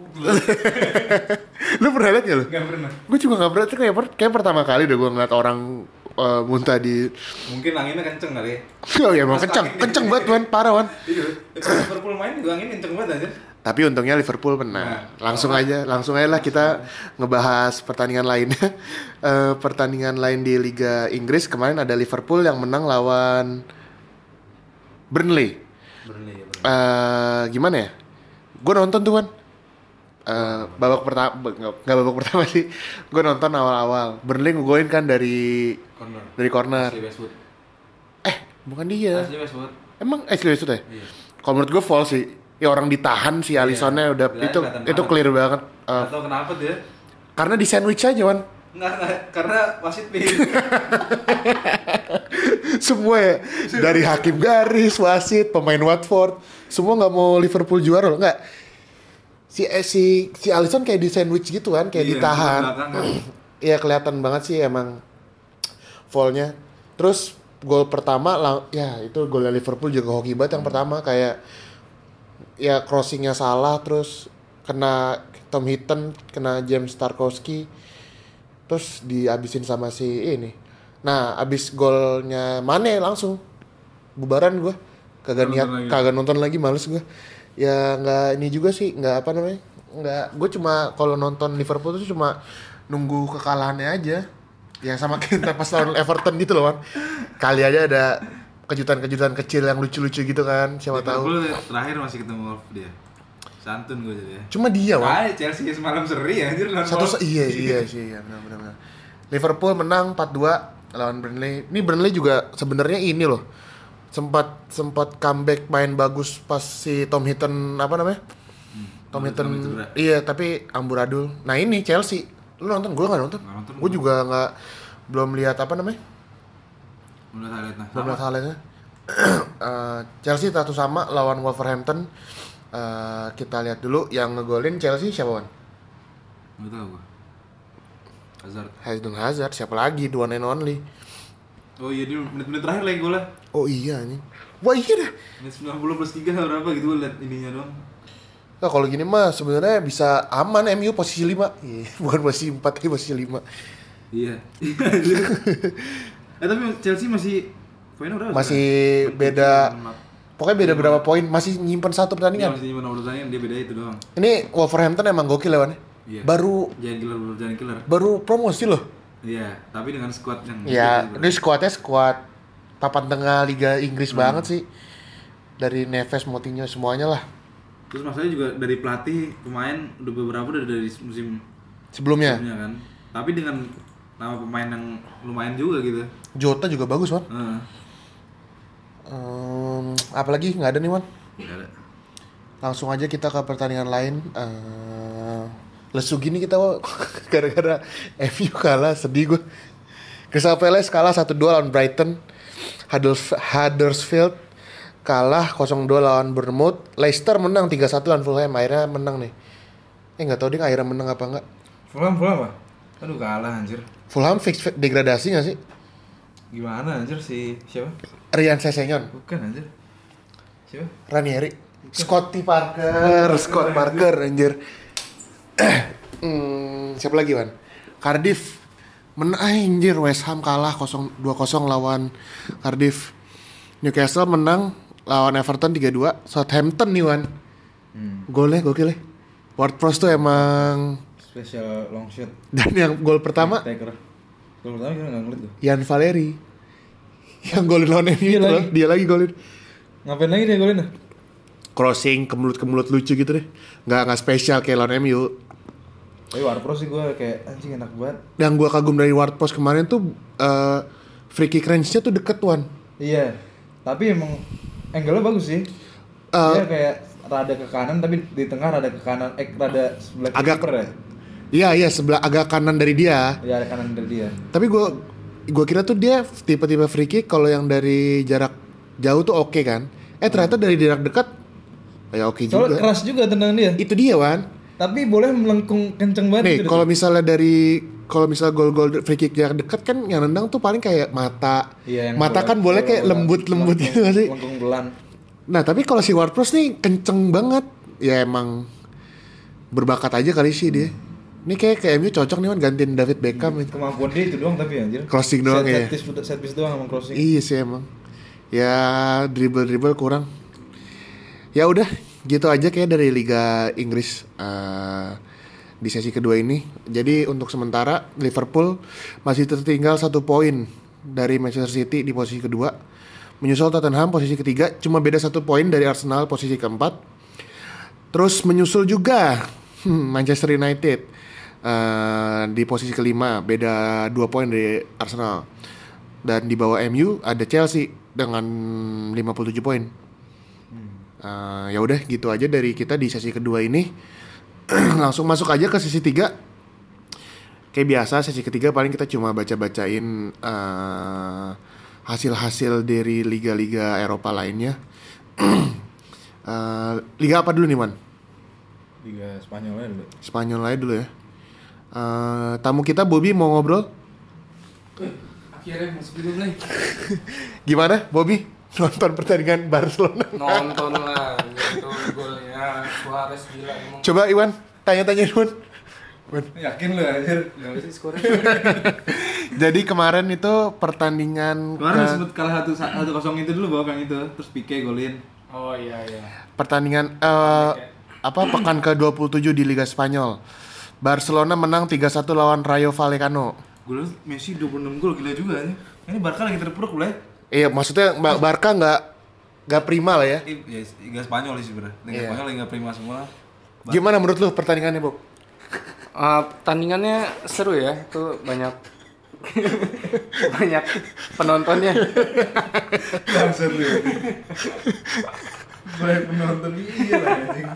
Lu pernah liat gak lu? Gak pernah. Gue juga gak pernah, itu kayak pertama kali udah gue ngeliat orang muntah di. Mungkin anginnya kenceng kali ya. Oh ya emang kenceng banget Wan, parah Wan. Iya. Liverpool main juga angin kenceng banget anjir. Tapi untungnya Liverpool menang. Langsung aja lah kita ngebahas pertandingan lainnya. Pertandingan lain di Liga Inggris kemarin ada Liverpool yang menang lawan Burnley. Gimana ya? Gue nonton tuh Wan. Babak pertama, nggak babak pertama sih. Gue nonton awal-awal. Burnley ngegolin kan dari corner. Ashley Westwood. Bukan dia. Ashley Westwood. Emang Ashley Westwood ya? Iya. Kalau menurut gue false sih. Ya orang ditahan si Alissonnya udah Bilangnya itu kelihatan clear banget. Gak tau kenapa dia. Karena di sandwich aja Wan. Enggak, karena wasit pin. Semua ya, dari hakim garis, wasit, pemain Watford, semua nggak mau Liverpool juara loh, nggak. Si Alisson kayak di sandwich gitu kan, kayak ditahan. Iya kelihatan banget sih emang foul-nya. Terus gol pertama, ya itu golnya Liverpool juga hoki banget yang pertama, kayak ya crossingnya salah, terus kena Tom Heaton, kena James Tarkowski, terus dihabisin sama si ini. Nah, abis golnya Mane langsung bubaran gue, kagak nonton lagi, males gue. Ya nggak ini juga sih, nggak apa namanya, nggak. Gue cuma kalau nonton Liverpool tuh cuma nunggu kekalahannya aja. Ya sama kita pas lawan Everton gitu loh kan. Kali aja ada kejutan-kejutan kecil yang lucu-lucu gitu kan, siapa tahu. Liverpool terakhir masih ketemu Wolves dia. Santun gue jadi ya. Cuma dia, Wan. Chelsea semalam seri ya anjir lawan Satu iya sih, benar. Liverpool menang 4-2 lawan Burnley. Ini Burnley juga sebenarnya ini loh. Sempat comeback main bagus pas si Tom Heaton apa namanya? Tom Heaton. Iya, tapi amburadul. Nah, ini Chelsea. Lu nonton? Gue enggak nonton. Gue juga belum lihat apa namanya? Belum lihat highlightnya. Chelsea 1-1 lawan Wolverhampton. Kita lihat dulu yang ngegolin Chelsea siapa, Wan? Nggak tahu gua. Hazard, siapa lagi? The one and only. Oh iya, di menit-menit terakhir lagi golnya. Oh iya nih. Wah iya dah. Menit 90+3 berapa gitu gua lihat ininya doang. Nah kalau gini mah sebenarnya bisa aman MU posisi 5. Bukan posisi 4 tapi posisi 5. Iya. Tapi Chelsea masih poinnya berapa? Masih beda. Pokoknya beda berapa poin, masih nyimpen satu pertandingan. Masih nyimpen 1 pertandingan, dia beda itu doang. Ini Wolverhampton emang gokil ya, Wan. Iya. Baru killer. Baru promosi loh. Iya, tapi dengan skuad yang ya, ini skuadnya skuad papan tengah Liga Inggris banget sih. Dari Neves, Moutinho semuanya lah. Terus masalahnya juga dari pelatih, pemain beberapa udah dari musim sebelumnya kan. Tapi dengan nama pemain yang lumayan juga gitu. Jota juga bagus, Wan. Apalagi nggak ada nih, Wan. Nggak ada. Langsung aja kita ke pertandingan lain. Lesu gini kita gara-gara MU kalah, sedih gue. Crystal Palace kalah 1-2 lawan Brighton. Huddersfield kalah 0-2 lawan Bournemouth. Leicester menang 3-1 lawan Fulham. Akhirnya menang nih. Nggak tahu dia akhirnya menang apa enggak. Fulham apa? Aduh kalah anjir. Fulham fix degradasi nggak sih? Gimana anjir siapa? Rian Sessegnon. Bukan anjir. Siapa? Ranieri. Scott Parker anjir. Siapa lagi, Wan? Cardiff menang anjir. West Ham kalah 2-0 lawan Cardiff. Newcastle menang lawan Everton 3-2. Southampton nih, Wan. Golnya gokil ya. Ward-Prowse tuh emang special long shot. Dan yang gol pertama Gol pertama gimana, nggak ngeliat tuh. Yan Valeri. Yang golin lawan MU itu loh. Dia lagi golin. Ngapain lagi dia golin? Crossing kemulut gitu deh. Nggak spesial kayak lawan MU. Tapi Ward-Prowse sih gue kayak anjing enak banget. Yang gue kagum dari Ward-Prowse kemarin tuh free kick range-nya tuh deket, Wan. Iya. Tapi emang angle-nya bagus sih. Dia kayak rada ke kanan tapi di tengah rada ke kanan, rada sebelah agak ya. Iya sebelah agak kanan dari dia. Iya, ada kanan dari dia. Tapi gue kira tuh dia tipe-tipe free kick kalau yang dari jarak jauh tuh oke kan. Ternyata dari jarak dekat ya oke juga. Soalnya keras juga tendangan dia. Itu dia, Wan. Tapi boleh melengkung kenceng banget. Nih, kalau misalnya gol-gol free kick jarak dekat kan yang nendang tuh paling kayak mata. Iya, mata kan boleh kayak lembut-lembut gitu nggak sih? Lengkung belan. Nah, tapi kalau si Ward-Prowse nih kenceng banget. Ya emang berbakat aja kali sih dia. Ini kayak MU cocok nih, Wan, gantiin David Beckham itu. Kemampuan dia itu doang tapi anjir. Crossing doang ya. Set piece doang sama crossing. Iya sih emang. Ya dribble kurang. Ya udah, gitu aja kayak dari Liga Inggris di sesi kedua ini. Jadi untuk sementara Liverpool masih tertinggal 1 poin dari Manchester City di posisi kedua. Menyusul Tottenham posisi ketiga, cuma beda 1 poin dari Arsenal posisi keempat. Terus menyusul juga Manchester United di posisi kelima, beda 2 poin dari Arsenal. Dan di bawah MU ada Chelsea dengan 57 poin. Ya udah gitu aja dari kita di sesi kedua ini. Langsung masuk aja ke sesi 3. kayak biasa sesi ketiga paling kita cuma baca-bacain hasil-hasil dari liga-liga Eropa lainnya. Liga apa dulu nih, Man? Liga Spanyol aja dulu. Spanyol aja dulu ya. Tamu kita Bobby mau ngobrol? Akhirnya masuk dulu Blay. Gimana, Bobby? Nonton pertandingan Barcelona? Nonton lah, gitu golnya Suarez gila emang. Coba Iwan, tanya-tanya Iwan. Yakin lu anjir? Gak sih skornya? Jadi kemarin itu pertandingan Kemarin sempet kalah 1-0 itu dulu bawa yang itu, terus Pique golin. Oh iya. pertandingan pekan ke-27 di Liga Spanyol. Barcelona menang 3-1 lawan Rayo Vallecano. Gol Messi 26 gol gila juga ya. Ini Barca lagi terpuruk lah. Iya, maksudnya Barca nggak prima lah ya. Ya, Liga Spanyol sih sebenarnya. Liga Spanyol lagi nggak prima semua. Gimana menurut lu pertandingannya, Bob? Pertandingannya seru ya, itu banyak banyak penontonnya. Bangsat lu. Banyak penonton iya lah anjing.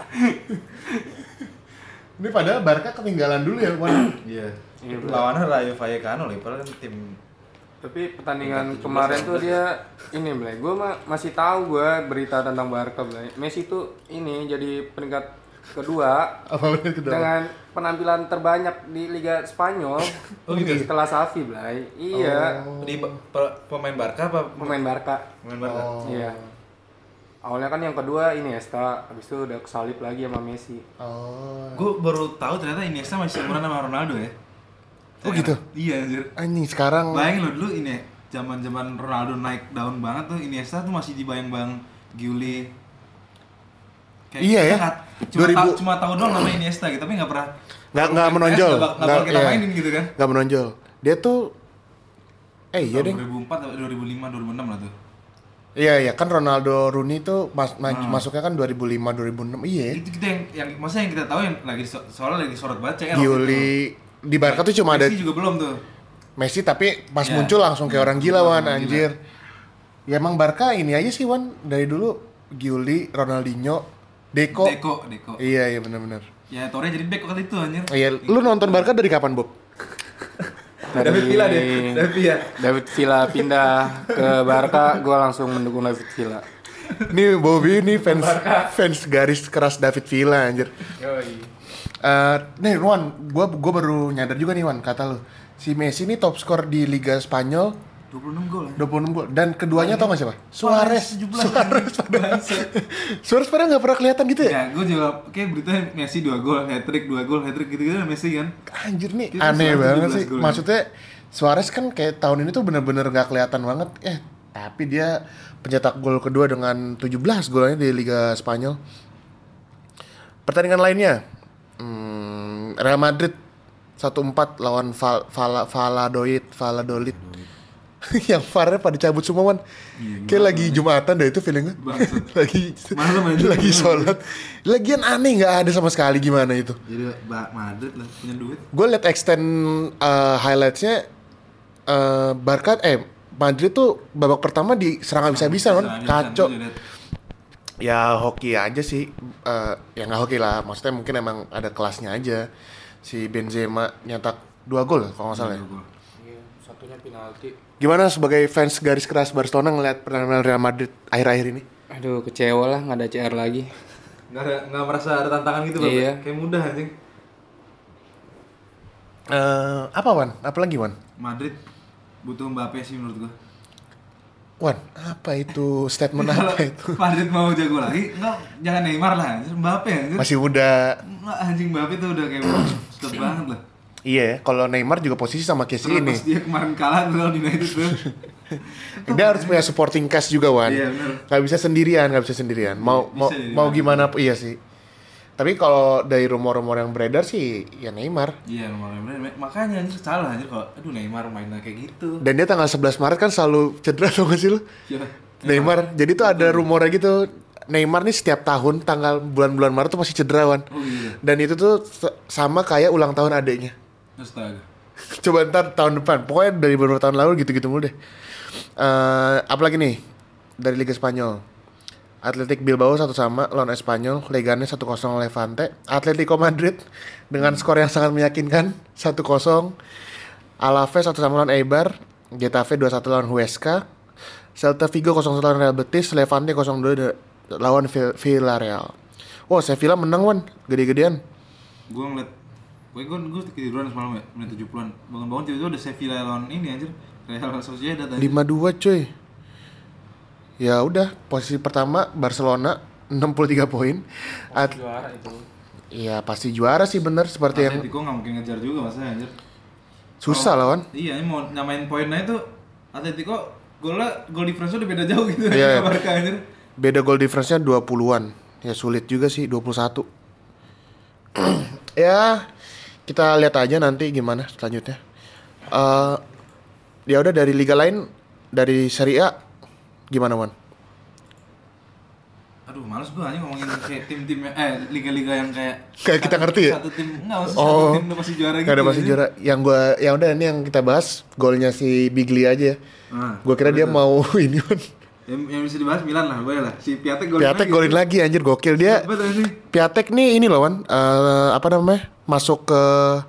Ini padahal Barca ketinggalan dulu ya, Wan. Iya. Lawannya Rayo Vallecano lah, padahal kan tim. Tapi pertandingan kemarin tuh dia ini Blay, gue masih tahu gue berita tentang Barca Blay. Messi tuh ini jadi peringkat kedua dengan penampilan terbanyak di Liga Spanyol. Oh gitu? Setelah Xavi Blay. Iya. Di pemain Barca apa? Pemain Barca. Pemain Barca. Iya. Awalnya kan yang kedua Iniesta, habis itu udah kesalip lagi sama Messi. Gue baru tahu ternyata Iniesta masih seumuran sama Ronaldo ya. Oh gitu? Iya anjir. Anjing sekarang. Bayangin lo dulu ini zaman-zaman Ronaldo naik daun banget tuh, Iniesta tuh masih dibayang-bayang Giuli. Iya ya. Cuma tahu doang nama Iniesta gitu, tapi nggak pernah Nggak menonjol. Nggak bakal kita mainin gitu kan. Nggak menonjol. Dia tuh iya deh. 2004 atau 2005 2006 lah tuh. Iya kan Ronaldo Rooney tuh masuknya kan 2005 2006. Iya. Itu kita yang maksudnya yang kita tahu yang lagi soalnya lagi sorot banget CR. Giuli di Barca tuh cuma ada Messi juga belum tuh. Messi tapi pas muncul langsung kayak orang gila Wan, anjir. Ya emang Barca ini aja sih Wan, dari dulu Giuli, Ronaldinho, Deco. Iya benar-benar. Ya Torre jadi back kali itu anjir. Iya, lu nonton Barca dari kapan, Bob? David Villa pindah ke Barca, gue langsung mendukung David Villa. Nih Bobby ini fans garis keras David Villa anjir. Nih Wan, gua baru nyadar juga nih Wan, kata lu si Messi ini top skor di Liga Spanyol 26 gol ya? 26 gol. Dan keduanya tau gak siapa? Suarez. 17. Suarez padahal gak pernah kelihatan gitu ya? Ya, gue juga kayak beritanya Messi 2 gol, hat-trick gitu-gitu Messi kan. Anjir nih, Kita aneh banget sih. gol, maksudnya Suarez kan kayak tahun ini tuh bener-bener gak kelihatan banget. Tapi dia pencetak gol kedua dengan 17 golnya di Liga Spanyol. Pertandingan lainnya, Real Madrid 1-4 lawan Valladolid. Yang VAR-nya pada cabut semua, Man. Kayak lagi Jumatan dah itu feelingnya. lagi sholat. Lagian aneh, nggak ada sama sekali gimana itu. Jadi Madrid lah punya duit. Gue liat extend highlights-nya Madrid tuh babak pertama diserang habis-habisan, Man. Kacau. Ya hoki aja sih. Ya nggak hoki lah. Maksudnya mungkin emang ada kelasnya aja. Si Benzema nyetak 2 gol kalau nggak salah ya. Iya, satunya penalti. Gimana sebagai fans garis keras Barcelona ngeliat pertandingan Real Madrid akhir-akhir ini? Aduh, kecewa lah, nggak ada CR lagi. Nggak merasa ada tantangan gitu, Iya. Kayak mudah anjing. Apa Wan? Apa lagi Wan? Madrid butuh Mbappe sih menurut gua. Wan, apa itu statement apa itu? Madrid mau jago lagi, jangan Neymar lah, anjir. Mbappe anjir. Masih muda. Nggak, anjing Mbappe tuh udah kayak stop banget lah. Iya ya, kalau Neymar juga posisi sama Casey ini. Pas dia kemarin kalah tuh United tuh. Dia harus punya supporting cast juga Wan. Iya benar. Gak bisa sendirian. Mau gimana pun iya sih. Tapi kalau dari rumor-rumor yang beredar sih ya Neymar. Iya, makanya anjir salah anjir kalau aduh Neymar mainnya kayak gitu. Dan dia tanggal 11 Maret kan selalu cedera tau gak sih lu? Iya. Neymar. Jadi tuh ada rumornya gitu. Neymar nih setiap tahun tanggal bulan-bulan Maret tuh pasti cedera Wan. Oh iya. Dan itu tuh sama kayak ulang tahun adeknya. Astaga. Coba ntar tahun depan. Pokoknya dari beberapa tahun lalu gitu-gitu mulu deh. Apalagi nih dari Liga Spanyol. Athletic Bilbao 1-1 lawan Espanyol. Leganes 1-0 Levante. Atletico Madrid dengan skor yang sangat meyakinkan 1-0. Alaves 1-1 lawan Eibar. Getafe 2-1 lawan Huesca. Celta Vigo 0-1 lawan Real Betis. Levante 0-2 lawan Villarreal. Wow, Sevilla menang Wan, gede-gedean. Gue ngeliat, gue ketiduran semalam ya, menit 70-an. Bangun-bangun tiba-tiba ada Sevilla lawan ini anjir, Real Sociedad anjir. 5-2 cuy. Ya udah, posisi pertama Barcelona 63 poin. Juara itu. Iya, pasti juara sih bener seperti yang Atletico nggak mungkin ngejar juga maksudnya anjir. Susah lawan. Iya, ini mau nyamain poinnya itu Atletico gol difference udah beda jauh gitu Iya. sama Barca anjir. Beda goal difference-nya 20-an. Ya sulit juga sih 21. Ya, kita lihat aja nanti gimana selanjutnya. Ya udah dari liga lain, dari Serie A gimana, Wan? Aduh, males gue aja ngomongin kayak tim-timnya liga-liga yang kayak Kita ngerti ya? Satu tim enggak maksudnya satu tim udah pasti juara gitu. Gak ada pasti juara. Yang udah ini yang kita bahas golnya si Bigli aja ya. Gue kira dia mau ini, Wan. Yang bisa dibahas Milan lah, boleh lah. Si Piatek Golin lagi anjir, gokil dia. Piatek nih ini loh, Wan. Apa namanya? Masuk ke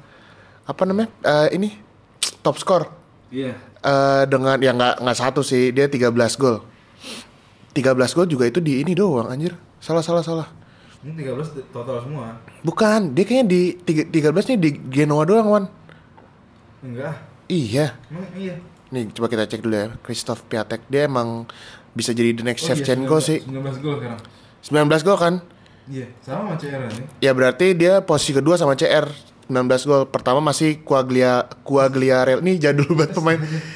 apa namanya? Ini top skor. Iya. Dengan ya nggak satu sih, dia 13 gol. 13 gol juga itu di ini doang anjir. Salah. Ini 13 total semua. Bukan, dia kayaknya di 13 nya di Genoa doang, Wan. Enggak. Iya. Emang iya. Nih coba kita cek dulu ya. Christoph Piatek dia emang bisa jadi the next Shevchenko sih. 19 gol sekarang. 19 gol kan? Iya, sama CR ini. Ya berarti dia posisi kedua sama CR 19 gol. Pertama masih Quagliarella. Nih jadul banget pemain.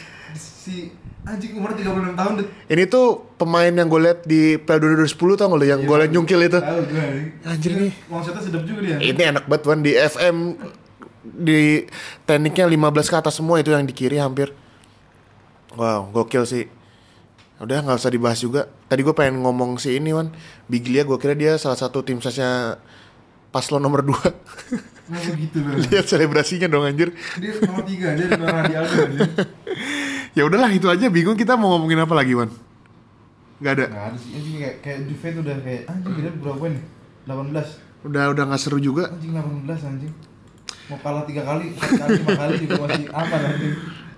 Si anjing umur 36 tahun deh. Ini tuh pemain yang gue liat di Piala 2010 tau gak lo yang golnya nyungkil itu. Tahu gue. Anjir nih. Maksudnya sedap juga dia. Ini enak banget Wan di FM di tekniknya 15 ke atas semua itu yang di kiri hampir. Wow, gokil sih. Udah nggak usah dibahas juga. Tadi gue pengen ngomong si ini Wan, Biglia gue kira dia salah satu tim sesnya paslon nomor 2. Oh begitu loh. Lihat selebrasinya dong anjir. Dia nomor 3 aja di Radi Aldo anjir. Ya udahlah itu aja, bingung kita mau ngomongin apa lagi Wan. Gak ada. Nggak ada sih. Anjing kayak Juve tuh udah kayak anjing beda berapa poin nih? 18. Udah nggak seru juga. Anjing 18 anjing. Mau kalah 3 kali, 4 kali, 5 kali juga masih aman anjing.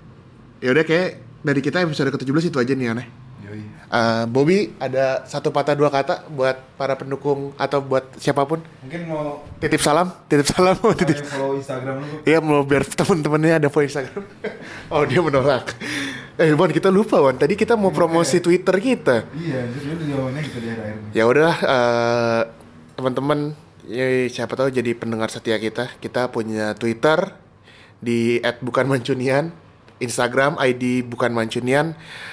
Ya udah kayak dari kita episode ke-17 itu aja nih aneh. Yoi. Bobby ada satu patah dua kata buat para pendukung atau buat siapapun. Mungkin mau Titip salam mau titip. follow Instagram lu. Iya mau biar temen-temennya ada follow Instagram. Oh dia menolak. Wan kita lupa Wan. Tadi kita mau promosi Twitter kita. Iya, jadi udah jawabannya gitu di akhir. Ya udahlah teman-teman. Ya, siapa tahu jadi pendengar setia kita. Kita punya Twitter di @bukanmancunian, Instagram ID bukanmancunian.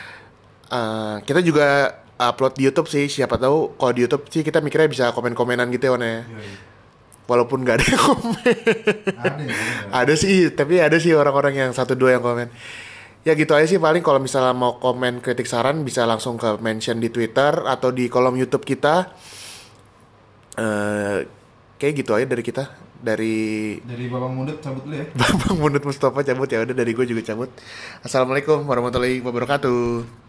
Kita juga upload di YouTube sih. Siapa tahu kalau di YouTube sih kita mikirnya bisa komen-komenan gitu ya Wan ya. Walaupun nggak ada yang komen. Ada sih, tapi ada sih orang-orang yang 1-2 yang komen. Ya gitu aja sih paling. Kalau misalnya mau komen kritik saran bisa langsung ke mention di Twitter atau di kolom YouTube kita. Kayak gitu aja dari kita. Dari Babang Mundut cabut dulu ya. Babang Mundut Mustafa cabut, ya udah dari gue juga cabut. Assalamualaikum warahmatullahi wabarakatuh.